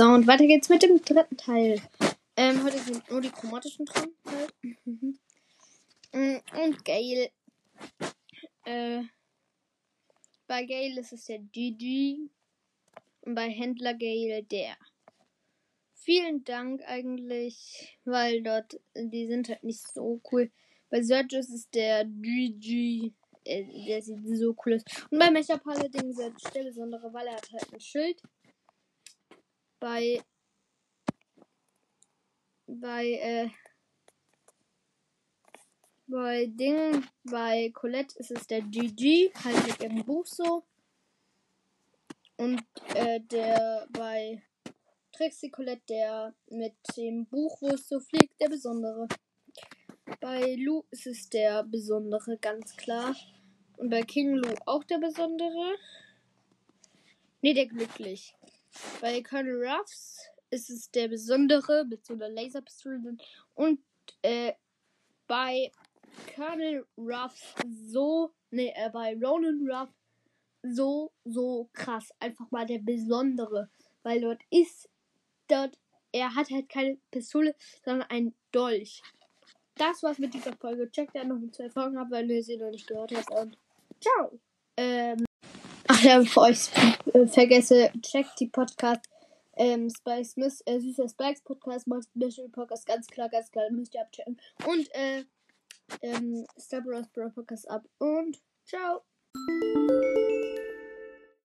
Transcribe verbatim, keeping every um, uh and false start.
So, und weiter geht's mit dem dritten Teil. Ähm, heute sind nur die chromatischen dran. Halt. Und Gale. Äh, bei Gale ist es der Gigi. Und bei Händler Gale der. Vielen Dank eigentlich, weil dort, die sind halt nicht so cool. Bei Sergius ist der Gigi. Äh, der sieht so cool aus. Und bei Mecha Paladin ist er der besondere, weil er hat halt ein Schild. Bei bei äh bei Ding, bei Colette ist es der Gigi, halt mit ihrem Buch so. Und äh, der bei Trixie Colette, der mit dem Buch, wo es so fliegt, der besondere. Bei Lou ist es der besondere, ganz klar. Und bei King Lou auch der besondere. Ne, der glücklich. Bei Colonel Ruffs ist es der besondere mit so einer Laserpistole drin. Und äh, bei Colonel Ruffs so, ne, äh, bei Ronan Ruff so, so krass. Einfach mal der besondere. Weil dort ist, dort, er hat halt keine Pistole, sondern ein Dolch. Das war's mit dieser Folge. Checkt ja noch zwei Folgen ab, wenn ihr sie noch nicht gehört habt. Und ciao. Ähm, ach ja, bevor ich äh, vergesse, checkt die Podcast ähm, Spice Miss, äh, süßer Spikes Podcast, Mystery Podcast, ganz klar, ganz klar, müsst ihr abchecken. Und äh, ähm, Star Wars Podcast ab. Und ciao.